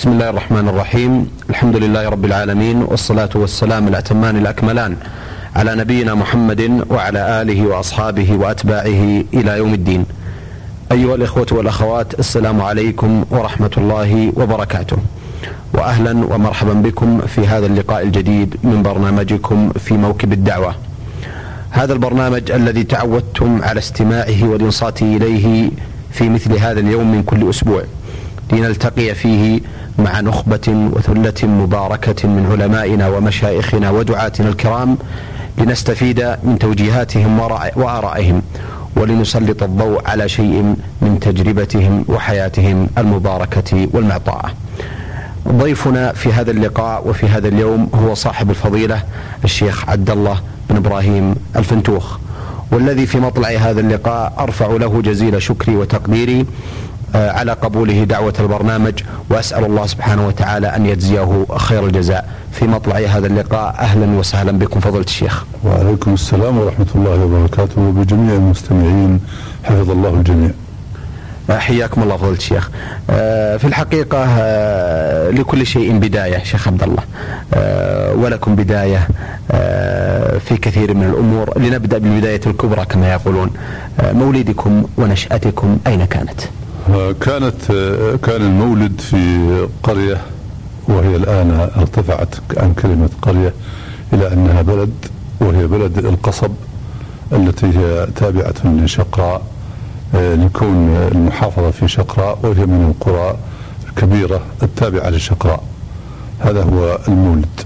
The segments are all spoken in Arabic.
بسم الله الرحمن الرحيم. الحمد لله رب العالمين، والصلاة والسلام الأتمان الأكملان على نبينا محمد وعلى آله وأصحابه وأتباعه إلى يوم الدين. أيها الإخوة والأخوات، السلام عليكم ورحمة الله وبركاته، وأهلا ومرحبا بكم في هذا اللقاء الجديد من برنامجكم في موكب الدعوة. هذا البرنامج الذي تعودتم على استماعه والإنصات إليه في مثل هذا اليوم من كل أسبوع، لنلتقي فيه مع نخبة وثلة مباركة من علمائنا ومشايخنا ودعاتنا الكرام، لنستفيد من توجيهاتهم وآرائهم، ولنسلط الضوء على شيء من تجربتهم وحياتهم المباركة والمعطاءة. ضيفنا في هذا اللقاء وفي هذا اليوم هو صاحب الفضيلة الشيخ عبد الله بن إبراهيم الفنتوخ، والذي في مطلع هذا اللقاء أرفع له جزيل شكري وتقديري على قبوله دعوة البرنامج، وأسأل الله سبحانه وتعالى أن يجزيه خير الجزاء. في مطلع هذا اللقاء أهلا وسهلا بكم فضيلة الشيخ. وعليكم السلام ورحمة الله وبركاته، وبجميع المستمعين حفظ الله الجميع. حياكم الله فضيلة الشيخ. في الحقيقة لكل شيء بداية شيخ عبد الله، ولكم بداية في كثير من الأمور. لنبدأ بالبداية الكبرى كما يقولون. مولدكم ونشأتكم أين كانت؟ كان المولد في قرية، وهي الآن ارتفعت عن كلمة قرية إلى أنها بلد، وهي بلد القصب التي هي تابعة لشقراء، لكون المحافظة في شقراء، وهي من القرى الكبيرة التابعة لشقراء. هذا هو المولد.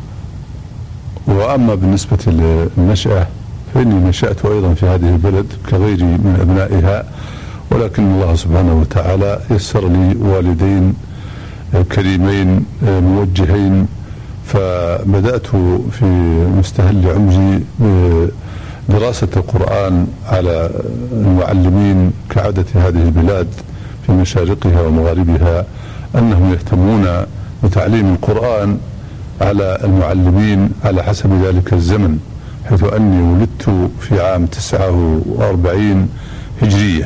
وأما بالنسبة للنشأة فإني نشأت أيضا في هذه البلد كغيري من أبنائها، ولكن الله سبحانه وتعالى يسر لي والدين كريمين موجهين، فبدأت في مستهل عمري دراسة القرآن على المعلمين كعادة هذه البلاد في مشارقها ومغاربها، أنهم يهتمون بتعليم القرآن على المعلمين على حسب ذلك الزمن، حيث أني ولدت في عام 49 هجرية.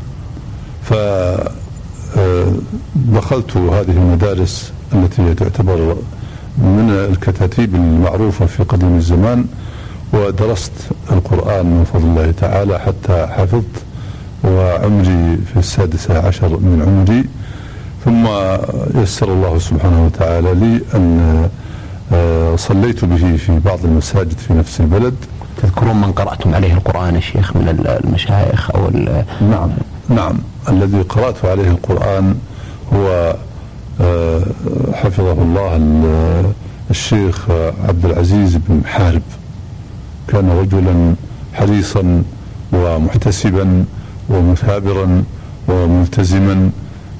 فدخلت هذه المدارس التي تعتبر من الكتاتيب المعروفة في قديم الزمان، ودرست القرآن من فضل الله تعالى حتى حفظت، وعمري في 16 من عمري. ثم يسر الله سبحانه وتعالى لي أن صليت به في بعض المساجد في نفس البلد. تذكرون من قرأتم عليه القرآن يا شيخ من المشايخ أو نعم. الذي قرأت عليه القرآن هو حفظه الله الشيخ عبد العزيز بن محارب. كان رجلا حريصا ومحتسبا ومثابرا وملتزما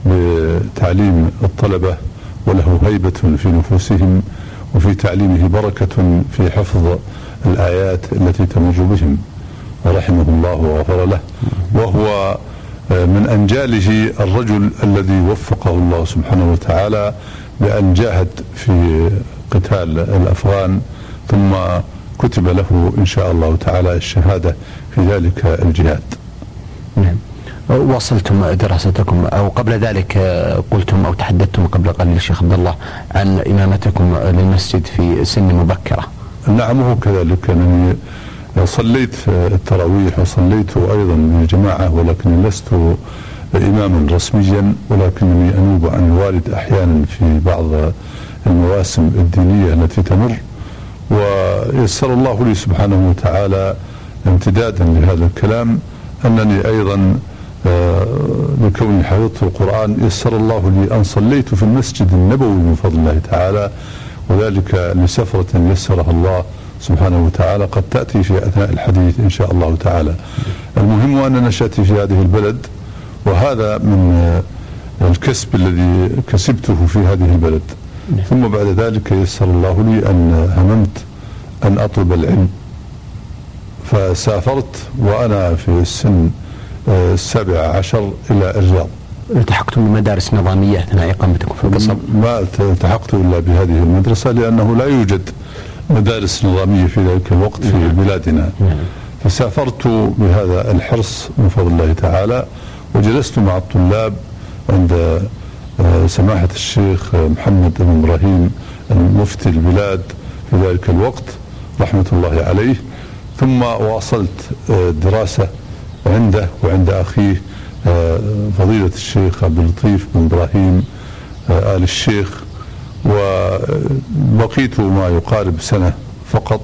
بتعليم الطلبة، وله هيبة في نفوسهم، وفي تعليمه بركة في حفظ الآيات التي تمر بهم، ورحمه الله وغفر له. وهو من أنجاله الرجل الذي وفقه الله سبحانه وتعالى بأن جاهد في قتال الأفغان، ثم كتب له إن شاء الله تعالى الشهادة في ذلك الجهاد. نعم. وصلتم دراستكم أو قبل ذلك قلتم أو تحدثتم قبل قليل الشيخ عبد الله عن إمامتكم للمسجد في سن مبكرة. نعم، هو كذلك. أنني صليت التراويح وصليت أيضا من الجماعة، ولكن لست إماما رسميا، ولكنني أنوب عن الوالد أحيانا في بعض المواسم الدينية التي تمر. ويسر الله لي سبحانه وتعالى امتدادا لهذا الكلام أنني أيضا لكوني حفظت القرآن يسر الله لي أن صليت في المسجد النبوي من فضل الله تعالى، وذلك لسفرة يسرها الله سبحانه وتعالى قد تأتي في أثناء الحديث إن شاء الله تعالى. المهم أن نشأت في هذه البلد، وهذا من الكسب الذي كسبته في هذه البلد. ثم بعد ذلك يسر الله لي أن هممت أن أطلب العلم، فسافرت وأنا في السن 17 إلى الرياض. التحقتم بمدارس نظامية أثناء إقامتكم في القصب؟ ما التحقت إلا بهذه المدرسة، لأنه لا يوجد مدارس نظامية في ذلك الوقت في بلادنا. فسافرت بهذا الحرص من فضل الله تعالى، وجلست مع الطلاب عند سماحة الشيخ محمد بن إبراهيم مفتي البلاد في ذلك الوقت رحمة الله عليه، ثم واصلت الدراسة عنده وعند أخيه فضيلة الشيخ عبد اللطيف بن إبراهيم آل الشيخ، وبقيت ما يقارب سنة فقط.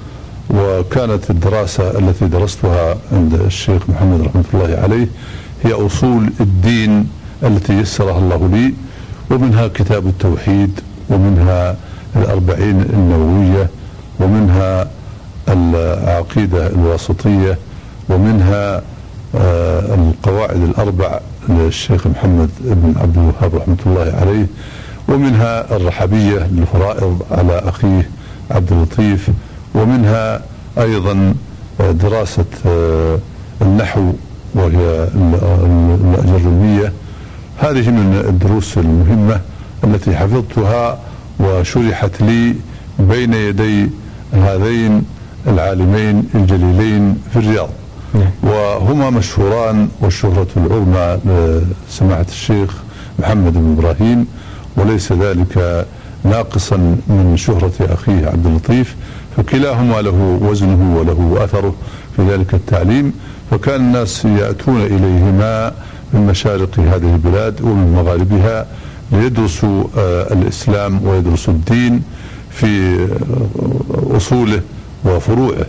وكانت الدراسة التي درستها عند الشيخ محمد رحمة الله عليه هي أصول الدين التي يسرها الله لي، ومنها كتاب التوحيد، ومنها الأربعين النووية، ومنها العقيدة الواسطية، ومنها القواعد الأربع للشيخ محمد بن عبد الوهاب رحمة الله عليه، ومنها الرحبية للفرائض على أخيه عبد اللطيف، ومنها أيضا دراسة النحو وهي الأجرمية. هذه من الدروس المهمة التي حفظتها وشرحت لي بين يدي هذين العالمين الجليلين في الرياض، وهما مشهوران، والشهرة العظمى لسماحة الشيخ محمد بن إبراهيم، وليس ذلك ناقصا من شهرة أخيه عبد اللطيف، فكلاهما له وزنه وله أثره في ذلك التعليم. فكان الناس يأتون إليهما من مشارق هذه البلاد ومن مغاربها ليدرسوا الإسلام ويدرسوا الدين في أصوله وفروعه.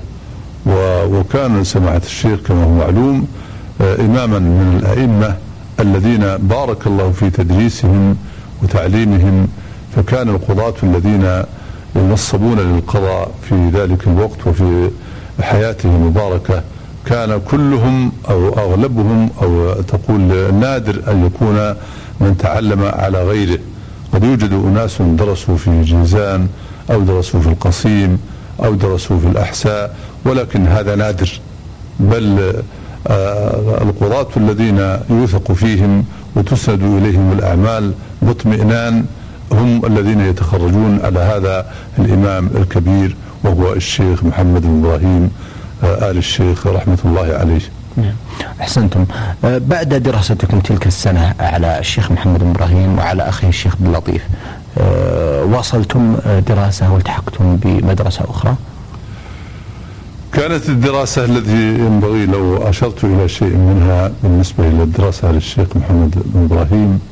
وكان سماحة الشيخ كما هو معلوم إماما من الأئمة الذين بارك الله في تدريسهم وتعليمهم، فكان القضاة الذين ينصبون للقضاء في ذلك الوقت وفي حياته المباركة كان كلهم أو أغلبهم أو تقول نادر أن يكون من تعلم على غيره. قد يوجد أناس درسوا في جيزان أو درسوا في القصيم أو درسوا في الأحساء، ولكن هذا نادر. بل القضاة الذين يوثق فيهم وتسند إليهم الأعمال باطمئنان هم الذين يتخرجون على هذا الإمام الكبير، وهو الشيخ محمد بن إبراهيم آل الشيخ رحمة الله عليه. أحسنتم. بعد دراستكم تلك السنة على الشيخ محمد بن إبراهيم وعلى أخيه الشيخ عبد اللطيف، واصلتم دراسة والتحقتم بمدرسة أخرى؟ كانت الدراسة التي ينبغي لو أشرت إلى شيء منها بالنسبة إلى الدراسة للشيخ محمد بن إبراهيم،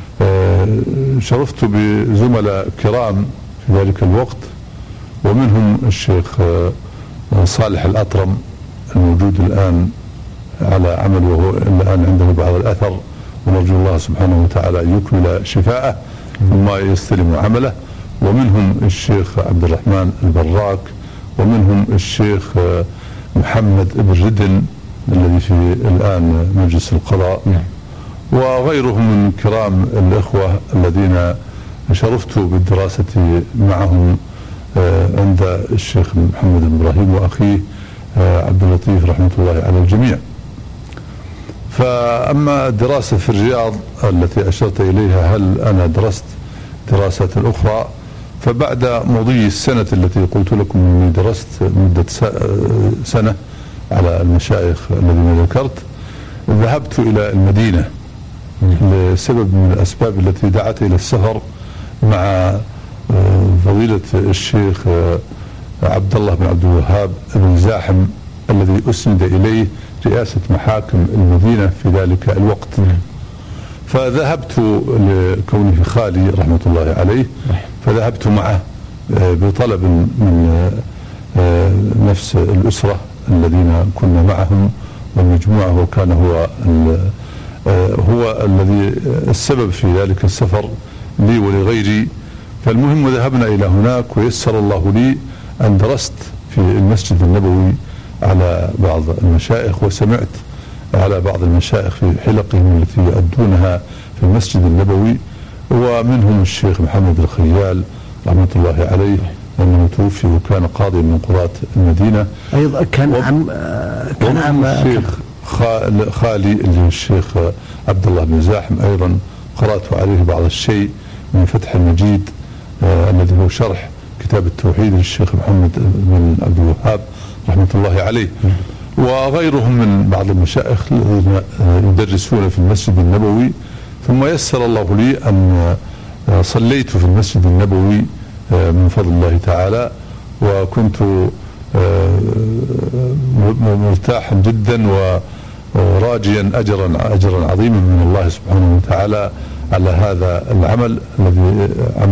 شرفت بزملاء كرام في ذلك الوقت، ومنهم الشيخ صالح الأطرم الموجود الآن على عمل وهو الآن عنده بعض الأثر، ونرجو الله سبحانه وتعالى أن يكمل شفاءه ثم يستلم عمله. ومنهم الشيخ عبد الرحمن البراك، ومنهم الشيخ محمد بن ردن الذي في الآن مجلس القضاء، وغيرهم من كرام الإخوة الذين شرفت بالدراسة معهم عند الشيخ محمد بن إبراهيم وأخيه عبد اللطيف رحمة الله على الجميع. فأما الدراسة في الرياض التي أشرت إليها، هل أنا درست دراسة أخرى؟ فبعد مضي السنة التي قلت لكم أني درست مدة سنة على المشايخ الذين ذكرت، ذهبت إلى المدينة لسبب من الأسباب التي دعت إلى السفر مع فضيلة الشيخ عبد الله بن عبد الوهاب بن زاحم الذي أسند إليه رئاسة محاكم المدينة في ذلك الوقت. فذهبت لكونه خالي رحمة الله عليه، فذهبت معه بطلب من نفس الأسرة الذين كنا معهم والمجموعة، وكان هو الذي السبب في ذلك السفر لي ولغيري. فالمهم ذهبنا إلى هناك، ويسر الله لي أن درست في المسجد النبوي على بعض المشايخ، وسمعت على بعض المشايخ في حلقهم التي يؤدونها في المسجد النبوي، ومنهم الشيخ محمد الخيال رحمة الله عليه أنه توفي وكان قاضي من قضاة المدينة. أيضا كان عم الشيخ خالي الشيخ عبد الله بن زاحم، أيضا قرأت عليه بعض الشيء من فتح المجيد الذي هو شرح كتاب التوحيد للشيخ محمد بن عبد الوهاب رحمة الله عليه، وغيرهم من بعض المشايخ الذين يدرسون في المسجد النبوي ثم يسر الله لي أن صليت في المسجد النبوي من فضل الله تعالى، وكنت مرتاحا جدا وراجيا أجرا عظيما من الله سبحانه وتعالى على هذا العمل الذي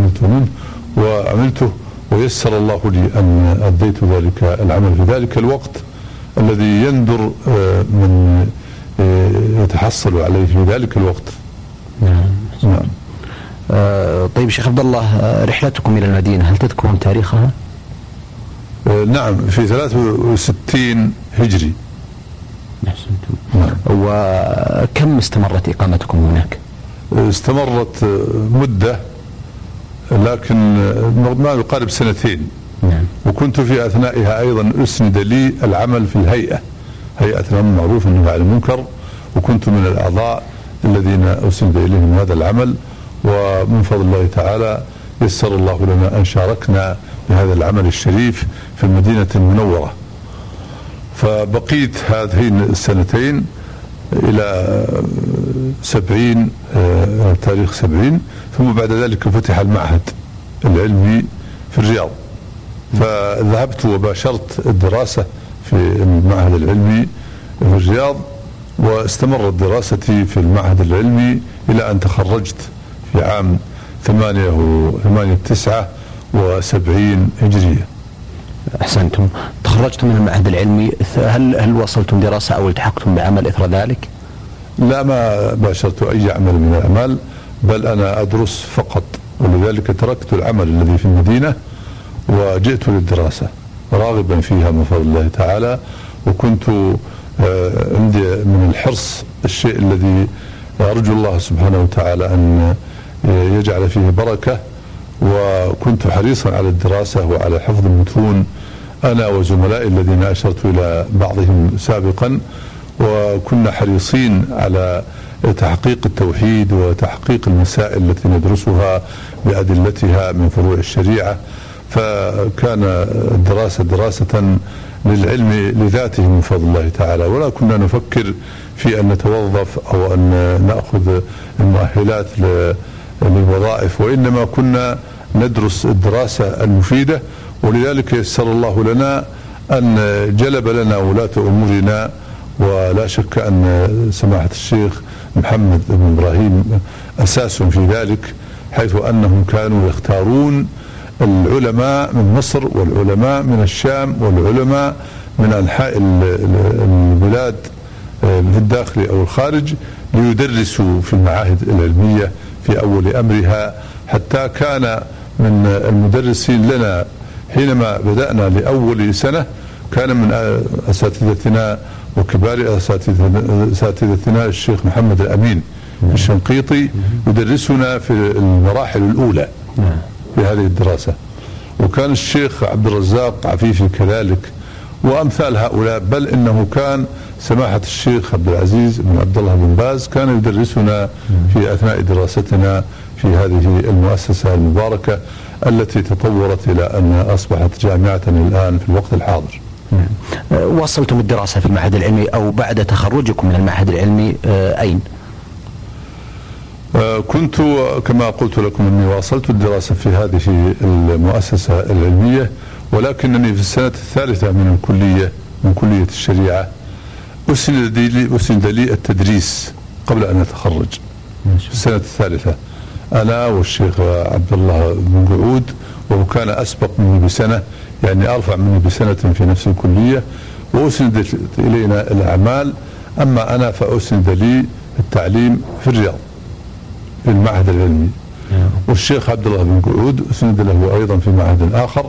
عملته ويسر الله لي أن أديت ذلك العمل في ذلك الوقت الذي يندر من يتحصل عليه في ذلك الوقت. نعم. طيب شيخ عبد الله، رحلتكم إلى المدينة هل تذكرون تاريخها؟ نعم، في 63 هجري. نعم. وكم استمرت إقامتكم هناك؟ استمرت مدة، لكن ما يقارب 2. نعم. وكنت في أثنائها أيضا أسند لي العمل في هيئة الأمر بالمعروف والنهي عن المنكر، وكنت من الأعضاء الذين أسند إليهم هذا العمل، ومن فضل الله تعالى يسر الله لنا أن شاركنا بهذا العمل الشريف في المدينة المنورة. فبقيت هذين السنتين إلى 70 تاريخ 70، ثم بعد ذلك فتح المعهد العلمي في الرياض، فذهبت وباشرت الدراسة في المعهد العلمي في الرياض، واستمرت دراستي في المعهد العلمي إلى أن تخرجت في عام 79 هجرية. أحسنتم. تخرجتم من المعهد العلمي، هل وصلتم دراسة أو التحقتم بعمل إثر ذلك؟ لا، ما باشرت أي عمل من الأعمال، بل أنا أدرس فقط، ولذلك تركت العمل الذي في المدينة وجئت للدراسة راغبا فيها من فضل الله تعالى. وكنت عندي من الحرص الشيء الذي أرجو الله سبحانه وتعالى أن يجعل فيه بركة، وكنت حريصا على الدراسة وعلى حفظ المتون أنا وزملائي الذين أشرت إلى بعضهم سابقا، وكنا حريصين على تحقيق التوحيد وتحقيق المسائل التي ندرسها بأدلتها من فروع الشريعة. فكان الدراسة دراسة للعلم لذاته من فضل الله تعالى، ولا كنا نفكر في أن نتوظف أو أن نأخذ المؤهلات للوظائف، وإنما كنا ندرس الدراسة المفيدة. ولذلك يسر الله لنا أن جلب لنا ولاة أمورنا، ولا شك أن سماحة الشيخ محمد بن إبراهيم أساس في ذلك، حيث أنهم كانوا يختارون العلماء من مصر والعلماء من الشام والعلماء من أنحاء البلاد في الداخل أو الخارج ليدرسوا في المعاهد العلمية في أول أمرها. حتى كان من المدرسين لنا حينما بدأنا لأول سنة كان من أساتذتنا وكبار أساتذتنا الشيخ محمد الأمين الشنقيطي يدرسنا في المراحل الأولى في هذه الدراسة، وكان الشيخ عبد الرزاق عفيفي كذلك، وأمثال هؤلاء. بل إنه كان سماحة الشيخ عبد العزيز بن عبد الله بن باز كان يدرسنا في أثناء دراستنا في هذه المؤسسة المباركة التي تطورت إلى أن أصبحت جامعة الآن في الوقت الحاضر. وصلتم الدراسة في المعهد العلمي أو بعد تخرجكم من المعهد العلمي أين؟ كنت كما قلت لكم أني واصلت الدراسة في هذه المؤسسة العلمية، ولكنني في السنة الثالثة من الكلية من كلية الشريعة أسند لي التدريس قبل أن أتخرج في السنة الثالثة، أنا والشيخ عبد الله بن قعود، وكان أسبق مني بسنة، يعني أرفع مني بسنة في نفس الكلية، وأسندت إلينا الأعمال. أما أنا فأسند لي التعليم في الرياض في المعهد العلمي، والشيخ عبد الله بن قعود أسند له أيضا في معهد آخر،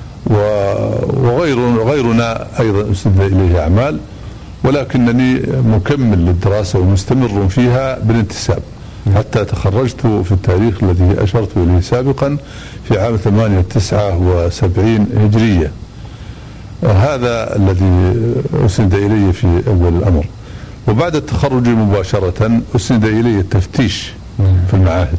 وغيرنا أيضا أسند إليه أعمال، ولكنني مكمل للدراسة ومستمر فيها بالانتساب حتى تخرجت في التاريخ الذي أشرت إليه سابقا في عام 78 هجرية. هذا الذي أسند إلي في أول الأمر. وبعد التخرج مباشرة أسند إلي التفتيش في المعاهد،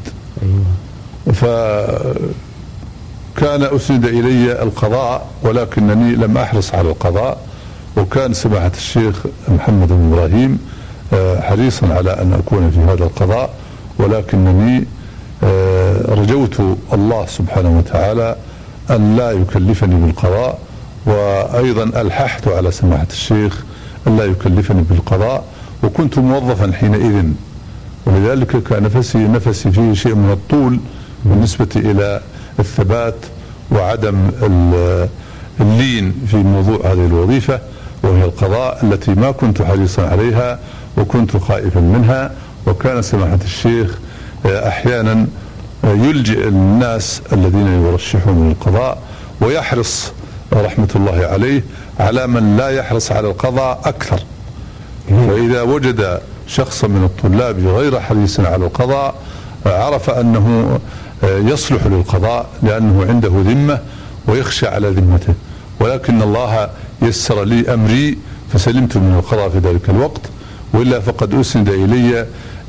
فكان أسند إلي القضاء، ولكنني لم أحرص على القضاء، وكان سماحة الشيخ محمد بن إبراهيم حريصا على أن أكون في هذا القضاء، ولكنني رجوت الله سبحانه وتعالى أن لا يكلفني بالقضاء، وأيضا ألححت على سماحة الشيخ أن لا يكلفني بالقضاء، وكنت موظفا حينئذ، ولذلك كان نفسي فيه شيء من الطول بالنسبة إلى الثبات وعدم اللين في موضوع هذه الوظيفة، وهي القضاء التي ما كنت حريصا عليها وكنت خائفا منها. وكان سماحة الشيخ أحيانا يلجئ الناس الذين يرشحون للقضاء ويحرص رحمة الله عليه على من لا يحرص على القضاء أكثر. فإذا وجد شخصا من الطلاب غير حريص على القضاء عرف أنه يصلح للقضاء لأنه عنده ذمة ويخشى على ذمته، ولكن الله يسر لي أمري فسلمت من القضاء في ذلك الوقت، وإلا فقد أسند إلي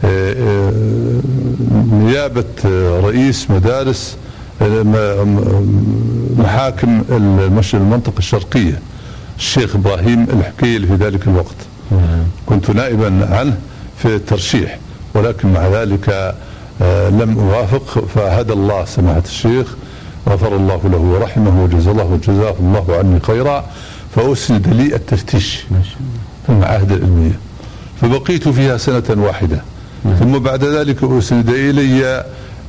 نيابة رئيس مدارس محاكم المنطقة الشرقية الشيخ إبراهيم الحكيل في ذلك الوقت. كنت نائبا عنه في الترشيح، ولكن مع ذلك لم أوافق، فهدى الله سماحة الشيخ غفر الله له ورحمه وجزاه الله عني خيرا، فأسند لي التفتيش في المعاهد العلمية، فبقيت فيها سنة واحدة. ثم بعد ذلك أسند إلي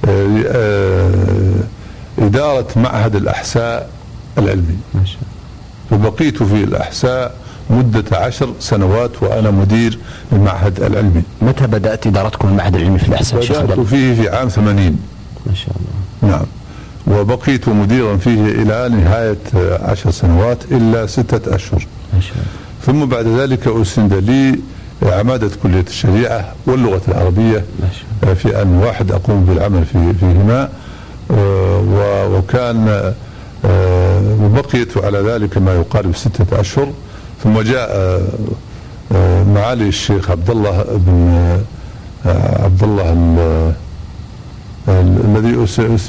إدارة معهد الأحساء العلمي، فبقيت في الأحساء مدة 10 سنوات وأنا مدير المعهد العلمي. متى بدأت إدارتكم المعهد العلمي في الأحساء؟ بدأت فيه في عام 80. ما شاء الله. نعم، وبقيت مديرا فيه إلى نهاية 10 سنوات إلا 6 أشهر. ما شاء الله. ثم بعد ذلك أسند لي عمادة كلية الشريعة واللغة العربية في آن واحد أقوم بالعمل فيهما، وكان وبقيت على ذلك ما يقارب 6 أشهر. ثم جاء معالي الشيخ عبد الله الذي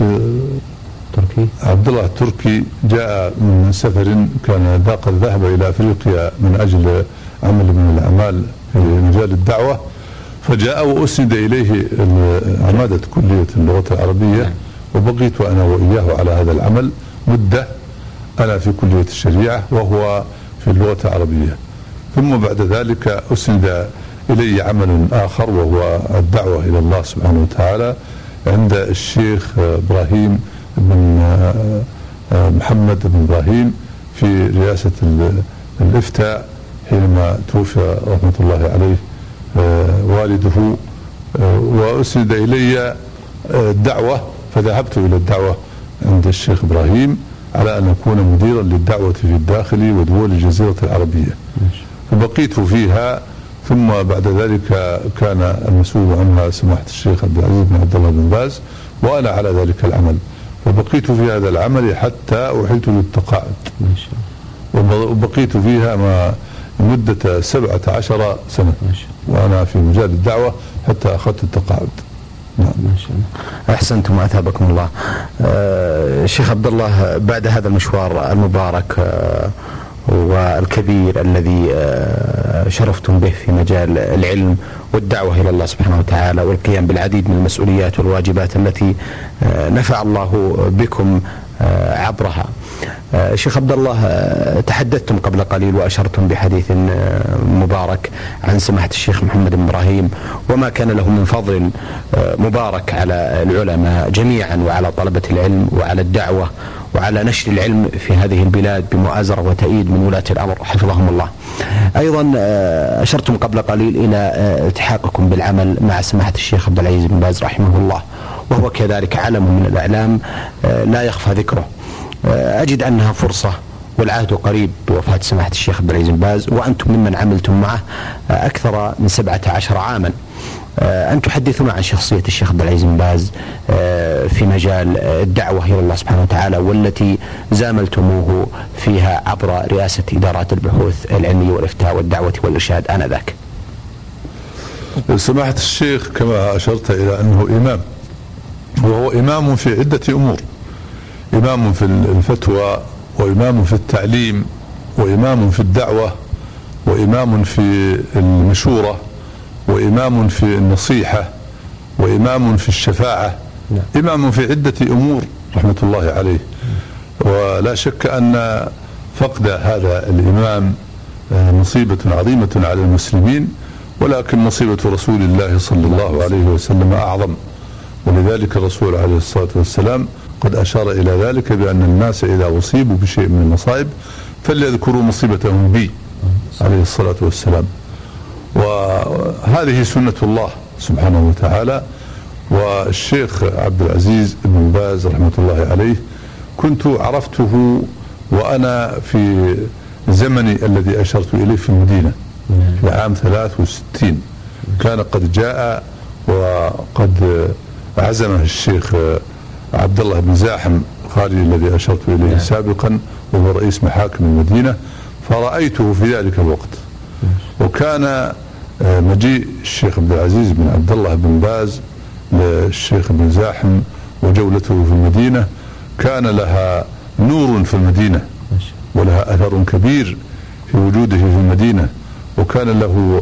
تركي عبد الله التركي، جاء من سفر كان قد ذهب إلى أفريقيا من أجل عمل من الأعمال في مجال الدعوة، فجاء وأسند إليه عمادة كلية اللغة العربية، وبقيت أنا وإياه على هذا العمل مدة، أنا في كلية الشريعة وهو في اللغة العربية. ثم بعد ذلك أسند إلي عمل آخر وهو الدعوة إلى الله سبحانه وتعالى عند الشيخ إبراهيم بن محمد بن إبراهيم في رئاسة الإفتاء حينما توفي رحمة الله عليه والده، وأسند إلي الدعوة، فذهبت إلى الدعوة عند الشيخ إبراهيم على أن أكون مديرا للدعوة في الداخل ودول الجزيرة العربية، فبقيت فيها. ثم بعد ذلك كان المسؤول عنها سماحة الشيخ عبد العزيز بن عبد الله بن باز، وأنا على ذلك العمل، وبقيت في هذا العمل حتى أحلت للتقاعد، وبقيت فيها مدة 17 سنة وأنا في مجال الدعوة حتى أخذت التقاعد. نعم. ما شاء الله. أحسنتم وأثابكم الله. الشيخ عبد الله، بعد هذا المشوار المبارك والكبير الذي شرفتم به في مجال العلم والدعوة إلى الله سبحانه وتعالى والقيام بالعديد من المسؤوليات والواجبات التي نفع الله بكم عبرها، شيخ عبد الله، تحدثتم قبل قليل وأشرتم بحديث مبارك عن سماحة الشيخ محمد بن إبراهيم وما كان له من فضل مبارك على العلماء جميعا وعلى طلبة العلم وعلى الدعوة وعلى نشر العلم في هذه البلاد بمؤازرة وتأييد من ولاة الأمر حفظهم الله. أيضا أشرتم قبل قليل إلى التحاقكم بالعمل مع سماحة الشيخ عبد العزيز بن باز رحمه الله، وهو كذلك علم من الأعلام لا يخفى ذكره. أجد أنها فرصة والعهد قريب بوفاة سماحة الشيخ عبد العزيز بن باز، وأنتم ممن عملتم معه أكثر من 17 عاما، أن تحدثونا عن شخصية الشيخ عبد العزيز بن باز في مجال الدعوة إلى الله سبحانه وتعالى والتي زاملتموه فيها عبر رئاسة إدارات البحوث العلمية والإفتاء والدعوة والإرشاد آنذاك. سماحة الشيخ كما أشرت إلى أنه إمام، وهو إمام في عدة أمور، إمام في الفتوى، وإمام في التعليم، وإمام في الدعوة، وإمام في المشورة، وإمام في النصيحة، وإمام في الشفاعة، إمام في عدة أمور رحمة الله عليه. ولا شك أن فقد هذا الإمام مصيبة عظيمة على المسلمين، ولكن مصيبة رسول الله صلى الله عليه وسلم أعظم. ولذلك الرسول عليه الصلاة والسلام قد أشار إلى ذلك بأن الناس إذا أصيبوا بشيء من المصائب فليذكروا مصيبتهم بي عليه الصلاة والسلام. وهذه سنة الله سبحانه وتعالى. والشيخ عبد العزيز بن باز رحمة الله عليه كنت عرفته وأنا في زمني الذي أشرت إليه في المدينة في عام 63. كان قد جاء وقد عزمه الشيخ عبد الله بن زاحم خالي الذي أشرت إليه سابقا، وهو رئيس محاكم المدينة، فرأيته في ذلك الوقت. وكان مجيء الشيخ عبد العزيز بن عبد الله بن باز للشيخ بن زاحم وجولته في المدينة كان لها نور في المدينة ولها أثر كبير في وجوده في المدينة، وكان له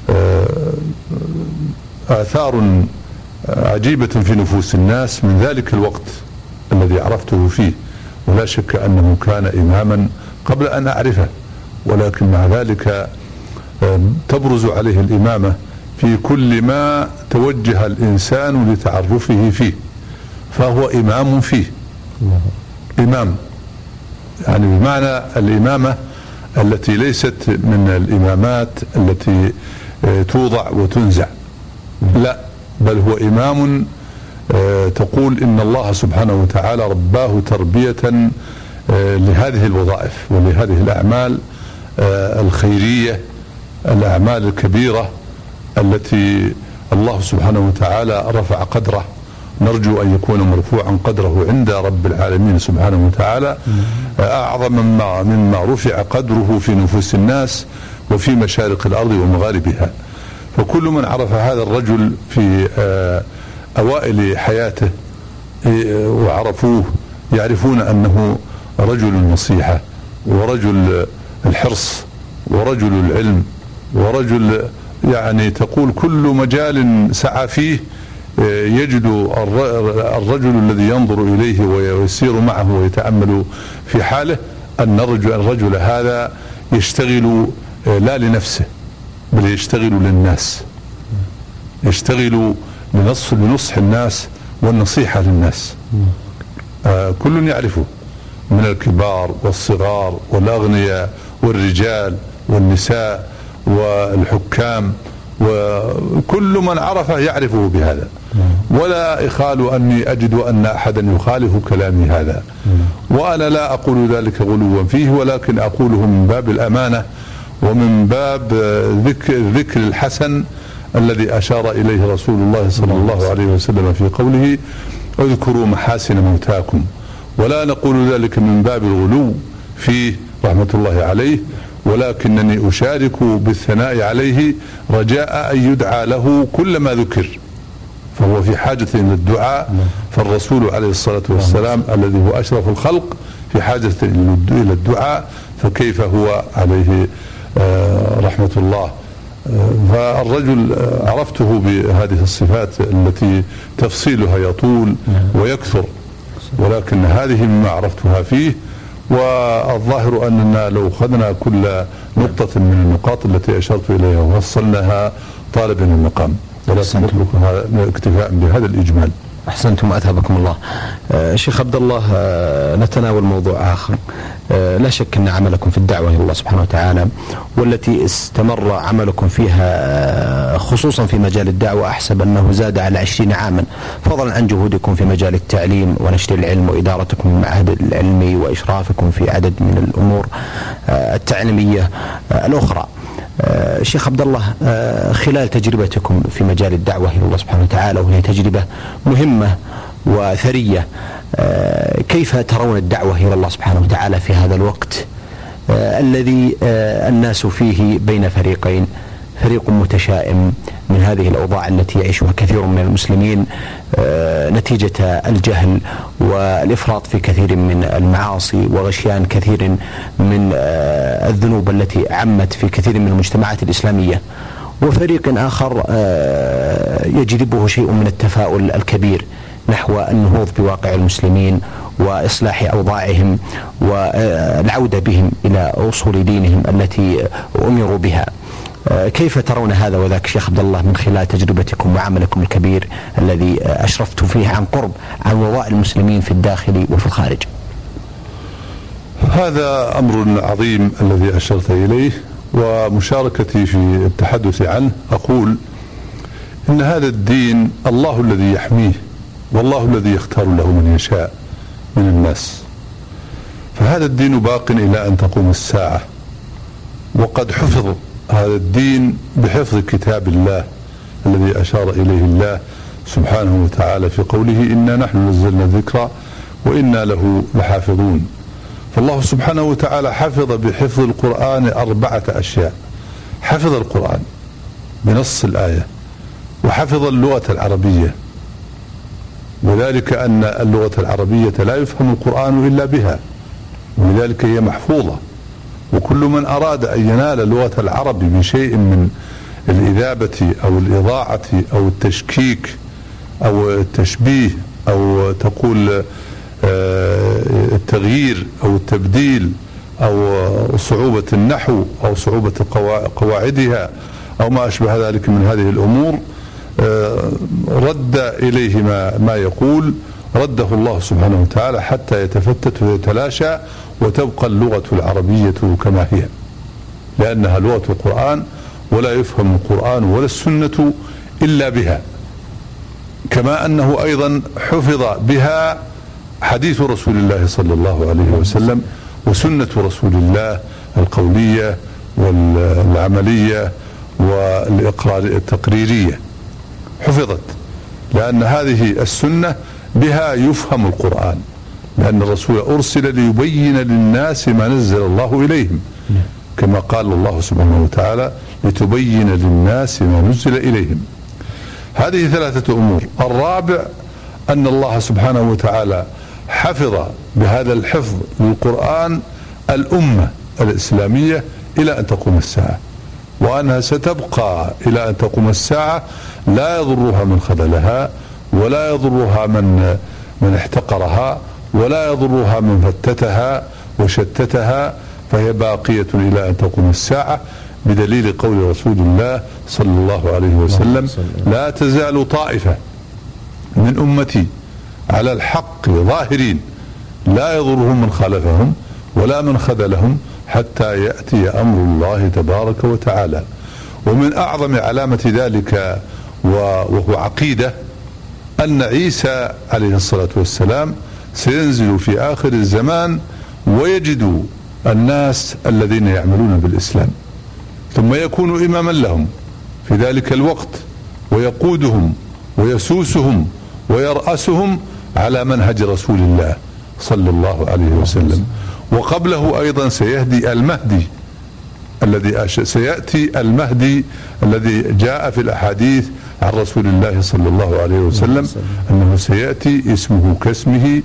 آثار عجيبة في نفوس الناس من ذلك الوقت الذي عرفته فيه. ولا شك أنه كان إماما قبل أن أعرفه، ولكن مع ذلك تبرز عليه الإمامة في كل ما توجه الإنسان لتعرفه فيه، فهو إمام فيه. إمام يعني بمعنى الإمامة التي ليست من الإمامات التي توضع وتنزع، لا، بل هو إمام تقول إن الله سبحانه وتعالى رباه تربية لهذه الوظائف ولهذه الأعمال الخيرية، الأعمال الكبيرة التي الله سبحانه وتعالى رفع قدره. نرجو أن يكون مرفوعا قدره عند رب العالمين سبحانه وتعالى أعظم مما رفع قدره في نفوس الناس وفي مشارق الأرض ومغاربها. فكل من عرف هذا الرجل في أوائل حياته وعرفوه يعرفون أنه رجل النصيحة ورجل الحرص ورجل العلم ورجل يعني تقول كل مجال سعى فيه يجد الرجل الذي ينظر إليه ويسير معه ويتأمل في حاله أن الرجل هذا يشتغل لا لنفسه بل يشتغل للناس، يشتغل لنصح الناس والنصيحة للناس. كل يعرفه من الكبار والصغار والأغنياء والرجال والنساء والحكام، وكل من عرفه يعرفه بهذا. ولا إخال أني أجد أن أحدا يخالف كلامي هذا، وأنا لا أقول ذلك غلوا فيه، ولكن أقوله من باب الأمانة ومن باب ذكر الحسن الذي أشار إليه رسول الله صلى الله عليه وسلم في قوله اذكروا محاسن موتاكم. ولا نقول ذلك من باب الغلو فيه رحمة الله عليه، ولكنني أشارك بالثناء عليه رجاء أن يدعى له كل ما ذكر، فهو في حاجة إلى الدعاء. فالرسول عليه الصلاة والسلام الذي هو أشرف الخلق في حاجة إلى الدعاء، فكيف هو عليه رحمة الله. فالرجل عرفته بهذه الصفات التي تفصيلها يطول ويكثر، ولكن هذه مما عرفتها فيه. والظاهر أننا لو أخذنا كل نقطة من النقاط التي أشرت إليها ووصلناها طالب المقام، ولكن نتركها اكتفاء بهذا الإجمال. أحسنتم أثابكم الله. شيخ عبد الله، نتناول موضوع آخر. لا شك أن عملكم في الدعوة إلى الله سبحانه وتعالى والتي استمر عملكم فيها خصوصا في مجال الدعوة أحسب أنه زاد على 20 عاما، فضلا عن جهودكم في مجال التعليم ونشر العلم وإدارتكم المعهد العلمي وإشرافكم في عدد من الأمور التعليمية الأخرى. شيخ عبد الله، خلال تجربتكم في مجال الدعوة إلى الله سبحانه وتعالى، وهي تجربة مهمة وثرية، كيف ترون الدعوة إلى الله سبحانه وتعالى في هذا الوقت الذي الناس فيه بين فريقين، فريق متشائم من هذه الأوضاع التي يعيشها كثير من المسلمين نتيجة الجهل والإفراط في كثير من المعاصي وغشيان كثير من الذنوب التي عمت في كثير من المجتمعات الإسلامية، وفريق آخر يجذبه شيء من التفاؤل الكبير نحو النهوض بواقع المسلمين وإصلاح أوضاعهم والعودة بهم إلى أصول دينهم التي أمروا بها. كيف ترون هذا وذاك شيخ عبد الله من خلال تجربتكم وعملكم الكبير الذي أشرفتم فيه عن قرب عن وضع المسلمين في الداخل وفي الخارج؟ هذا أمر عظيم الذي أشرت إليه، ومشاركتي في التحدث عنه أقول إن هذا الدين الله الذي يحميه، والله الذي يختار له من يشاء من الناس، فهذا الدين باق إلى أن تقوم الساعة. وقد حفظ هذا الدين بحفظ كتاب الله الذي أشار إليه الله سبحانه وتعالى في قوله إنا نحن نزلنا الذكر وإنا له لحافظون. فالله سبحانه وتعالى حفظ بحفظ القرآن 4 أشياء: حفظ القرآن بنص الآية، وحفظ اللغة العربية، وذلك أن اللغة العربية لا يفهم القرآن إلا بها، ولذلك هي محفوظة. وكل من أراد أن ينال لغة العرب بشيء من الإذابة أو الإضاعة أو التشكيك أو التشبيه أو تقول التغيير أو التبديل أو صعوبة النحو أو صعوبة قواعدها أو ما أشبه ذلك من هذه الأمور، رد إليه ما يقول رده الله سبحانه وتعالى حتى يتفتت ويتلاشى وتبقى اللغة العربية كما هي، لأنها لغة القرآن ولا يفهم القرآن ولا السنة إلا بها. كما أنه أيضا حفظ بها حديث رسول الله صلى الله عليه وسلم وسنة رسول الله القولية والعملية والتقريرية، حفظت، لأن هذه السنة بها يفهم القرآن، لأن الرسول أرسل ليبين للناس ما نزل الله إليهم، كما قال الله سبحانه وتعالى لتبين للناس ما نزل إليهم. هذه 3 أمور. الرابع أن الله سبحانه وتعالى حفظ بهذا الحفظ للقرآن الأمة الإسلامية إلى أن تقوم الساعة، وأنها ستبقى إلى أن تقوم الساعة لا يضرها من خذلها ولا يضرها من احتقرها ولا يضرها من فتتها وشتتها، فهي باقية إلى أن تقوم الساعة، بدليل قول رسول الله صلى الله عليه وسلم لا تزال طائفة من أمتي على الحق ظاهرين لا يضرهم من خالفهم ولا من خذلهم حتى يأتي أمر الله تبارك وتعالى. ومن أعظم علامة ذلك وهو عقيدة أن عيسى عليه الصلاة والسلام سينزل في آخر الزمان ويجد الناس الذين يعملون بالإسلام، ثم يكون إماما لهم في ذلك الوقت ويقودهم ويسوسهم ويرأسهم على منهج رسول الله صلى الله عليه وسلم. وقبله أيضا سيهدي المهدي سيأتي المهدي الذي جاء في الأحاديث عن رسول الله صلى الله عليه وسلم أنه سيأتي اسمه كاسمه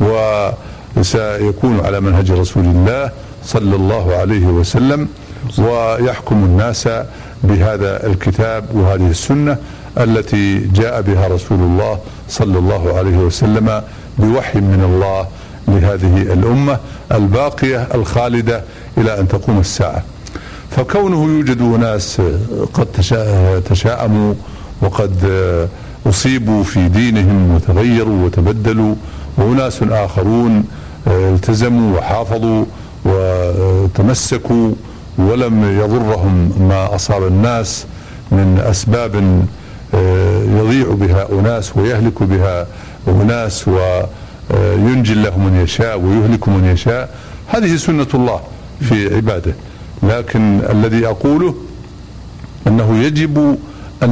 وسيكون على منهج رسول الله صلى الله عليه وسلم، ويحكم الناس بهذا الكتاب وهذه السنة التي جاء بها رسول الله صلى الله عليه وسلم بوحي من الله لهذه الأمة الباقية الخالدة إلى أن تقوم الساعة. فكونه يوجد ناس قد تشاءموا وقد أصيبوا في دينهم وتغيروا وتبدلوا، وناس آخرون التزموا وحافظوا وتمسكوا ولم يضرهم ما أصاب الناس من أسباب يضيع بها أناس ويهلك بها أناس وينجي الله من يشاء ويهلك من يشاء. هذه سنة الله في عباده. لكن الذي أقوله أنه يجب أن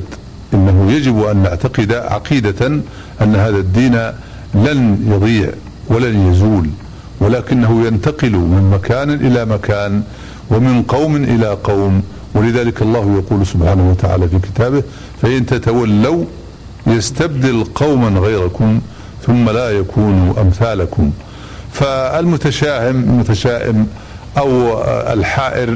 نعتقد عقيدة أن هذا الدين لن يضيع ولن يزول، ولكنه ينتقل من مكان إلى مكان ومن قوم إلى قوم. ولذلك الله يقول سبحانه وتعالى في كتابه فإن تتولوا يستبدل قوما غيركم ثم لا يكونوا أمثالكم. فالمتشائم أو الحائر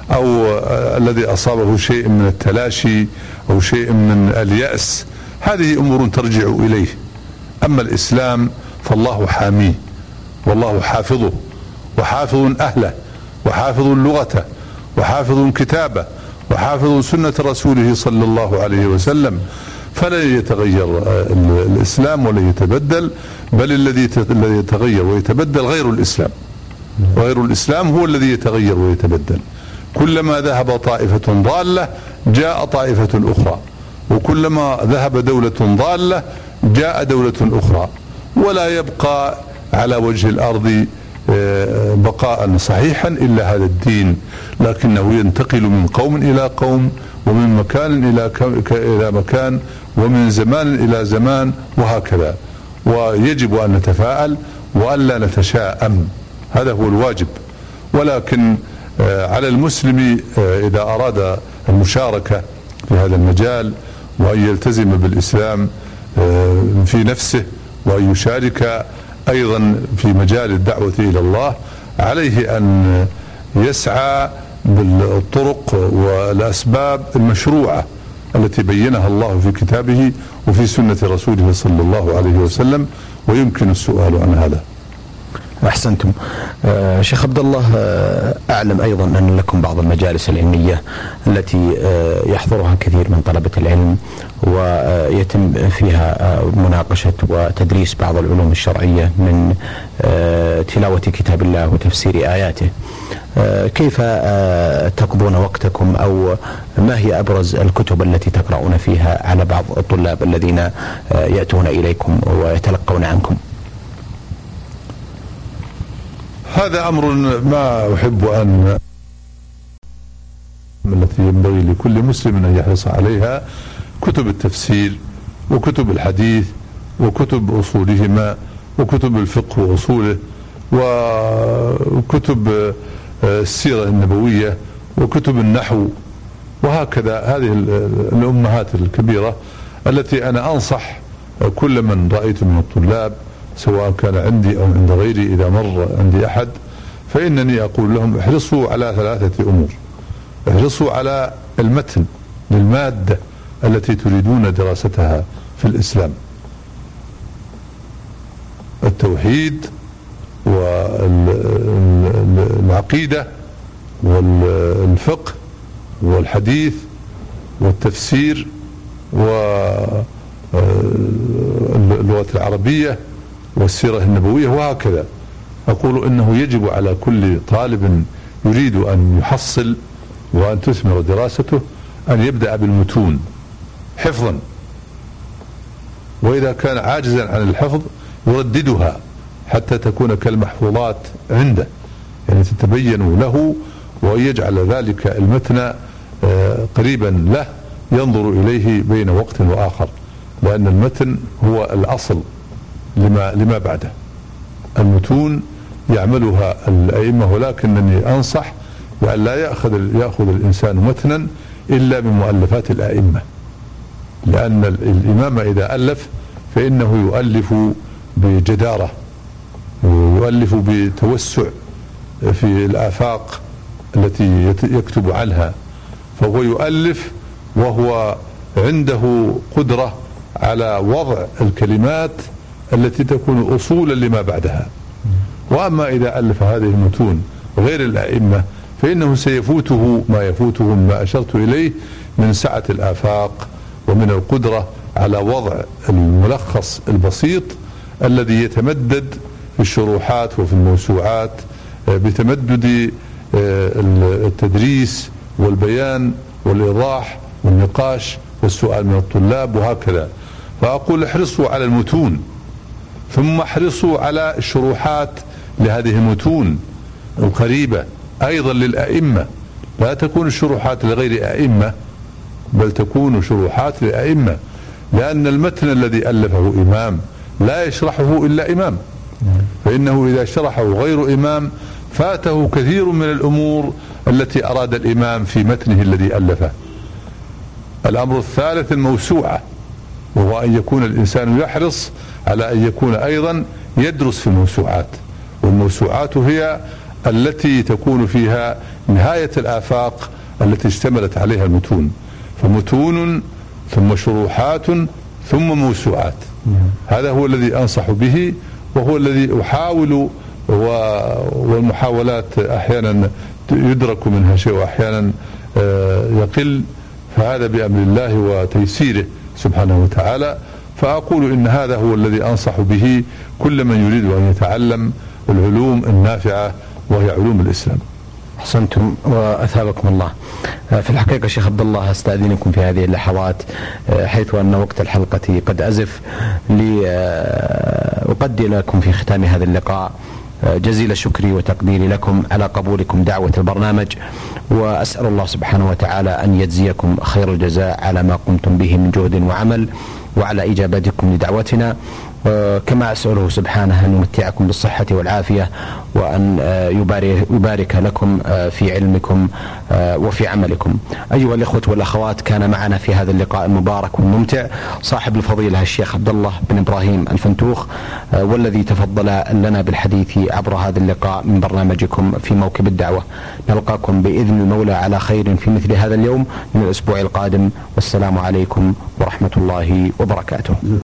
أو الذي أصابه شيء من التلاشي أو شيء من اليأس، هذه أمور ترجع إليه. أما الإسلام فالله حاميه والله حافظه، وحافظ أهله، وحافظ لغته، وحافظ كتابه، وحافظ سنة رسوله صلى الله عليه وسلم، فلن يتغير الإسلام ولن يتبدل، بل الذي يتغير ويتبدل غير الإسلام. غير الإسلام هو الذي يتغير ويتبدل. كلما ذهب طائفة ضالة جاء طائفة أخرى، وكلما ذهب دولة ضالة جاء دولة أخرى، ولا يبقى على وجه الأرض بقاء صحيحا إلا هذا الدين، لكنه ينتقل من قوم إلى قوم، ومن مكان إلى مكان، ومن زمان إلى زمان، وهكذا. ويجب أن نتفاءل وأن لا نتشاءم، هذا هو الواجب. ولكن على المسلم إذا أراد المشاركة في هذا المجال وأن يلتزم بالإسلام في نفسه وأن يشارك أيضا في مجال الدعوة إلى الله، عليه أن يسعى بالطرق والأسباب المشروعة التي بينها الله في كتابه وفي سنة رسوله صلى الله عليه وسلم، ويمكن السؤال عن هذا. أحسنتم. شيخ عبد الله، أعلم أيضا أن لكم بعض المجالس العلمية التي يحضرها كثير من طلبة العلم، ويتم فيها مناقشة وتدريس بعض العلوم الشرعية من تلاوة كتاب الله وتفسير آياته. كيف تقضون وقتكم، أو ما هي أبرز الكتب التي تقرؤون فيها على بعض الطلاب الذين يأتون إليكم ويتلقون عنكم؟ هذا أمر ما أحب أن التي ينبغي لكل مسلم أن يحرص عليها: كتب التفسير، وكتب الحديث، وكتب أصولهما، وكتب الفقه وأصوله، وكتب السيرة النبوية، وكتب النحو، وهكذا. هذه الأمهات الكبيرة التي أنا أنصح كل من رأيت من الطلاب، سواء كان عندي أو عند غيري، إذا مر عندي أحد فإنني أقول لهم: احرصوا على 3 أمور. احرصوا على المتن للمادة التي تريدون دراستها في الإسلام: التوحيد والعقيدة والفقه والحديث والتفسير واللغة العربية والسيرة النبوية، وهكذا. أقول إنه يجب على كل طالب يريد أن يحصل وأن تثمر دراسته أن يبدأ بالمتون حفظا، وإذا كان عاجزا عن الحفظ يرددها حتى تكون كالمحفوظات عنده، يعني تتبين له، ويجعل ذلك المتن قريبا له ينظر إليه بين وقت وآخر، لأن المتن هو الأصل لما بعده. المتون يعملها الأئمة، ولكنني أنصح بأن لا يأخذ الإنسان متنا إلا من مؤلفات الأئمة، لأن الإمام إذا ألف فإنه يؤلف بجدارة، ويؤلف بتوسع في الآفاق التي يكتب عنها، فهو يؤلف وهو عنده قدرة على وضع الكلمات التي تكون أصولا لما بعدها. وأما إذا ألف هذه المتون غير الأئمة فإنه سيفوته ما يفوتهم ما أشرت إليه من سعة الآفاق ومن القدرة على وضع الملخص البسيط الذي يتمدد في الشروحات وفي الموسوعات بتمدد التدريس والبيان والإيضاح والنقاش والسؤال من الطلاب، وهكذا. فأقول: احرصوا على المتون، ثم احرصوا على الشروحات لهذه المتون القريبة أيضا للأئمة. لا تكون الشروحات لغير أئمة، بل تكون شروحات لأئمة، لأن المتن الذي ألفه إمام لا يشرحه إلا إمام، فإنه إذا شرحه غير إمام فاته كثير من الأمور التي أراد الإمام في متنه الذي ألفه. الأمر الثالث الموسوعة، وهو أن يكون الإنسان يحرص على أن يكون أيضا يدرس في الموسوعات، والموسوعات هي التي تكون فيها نهاية الآفاق التي اشتملت عليها المتون، فمتون ثم شروحات ثم موسوعات. هذا هو الذي أنصح به، وهو الذي أحاول، والمحاولات أحيانا يدرك منها شيء وأحيانا يقل، فهذا بأمر الله وتيسيره سبحانه وتعالى. فأقول إن هذا هو الذي أنصح به كل من يريد أن يتعلم العلوم النافعة وهي علوم الإسلام. أحسنتم وأثابكم الله. في الحقيقة شيخ عبد الله أستأذنكم في هذه اللحظات حيث أن وقت الحلقة قد أزف، لأقدم لكم في ختام هذا اللقاء جزيل شكري وتقديري لكم على قبولكم دعوة البرنامج، وأسأل الله سبحانه وتعالى أن يجزيكم خير الجزاء على ما قمتم به من جهد وعمل، وعلى إجابتكم لدعوتنا، كما أسأله سبحانه أن يمتعكم بالصحة والعافية، وأن يبارك لكم في علمكم وفي عملكم. أيها الإخوة والأخوات، كان معنا في هذا اللقاء المبارك والممتع صاحب الفضيلة الشيخ عبد الله بن إبراهيم الفنتوخ، والذي تفضل لنا بالحديث عبر هذا اللقاء من برنامجكم في موكب الدعوة. نلقاكم بإذن المولى على خير في مثل هذا اليوم من الأسبوع القادم، والسلام عليكم ورحمة الله وبركاته.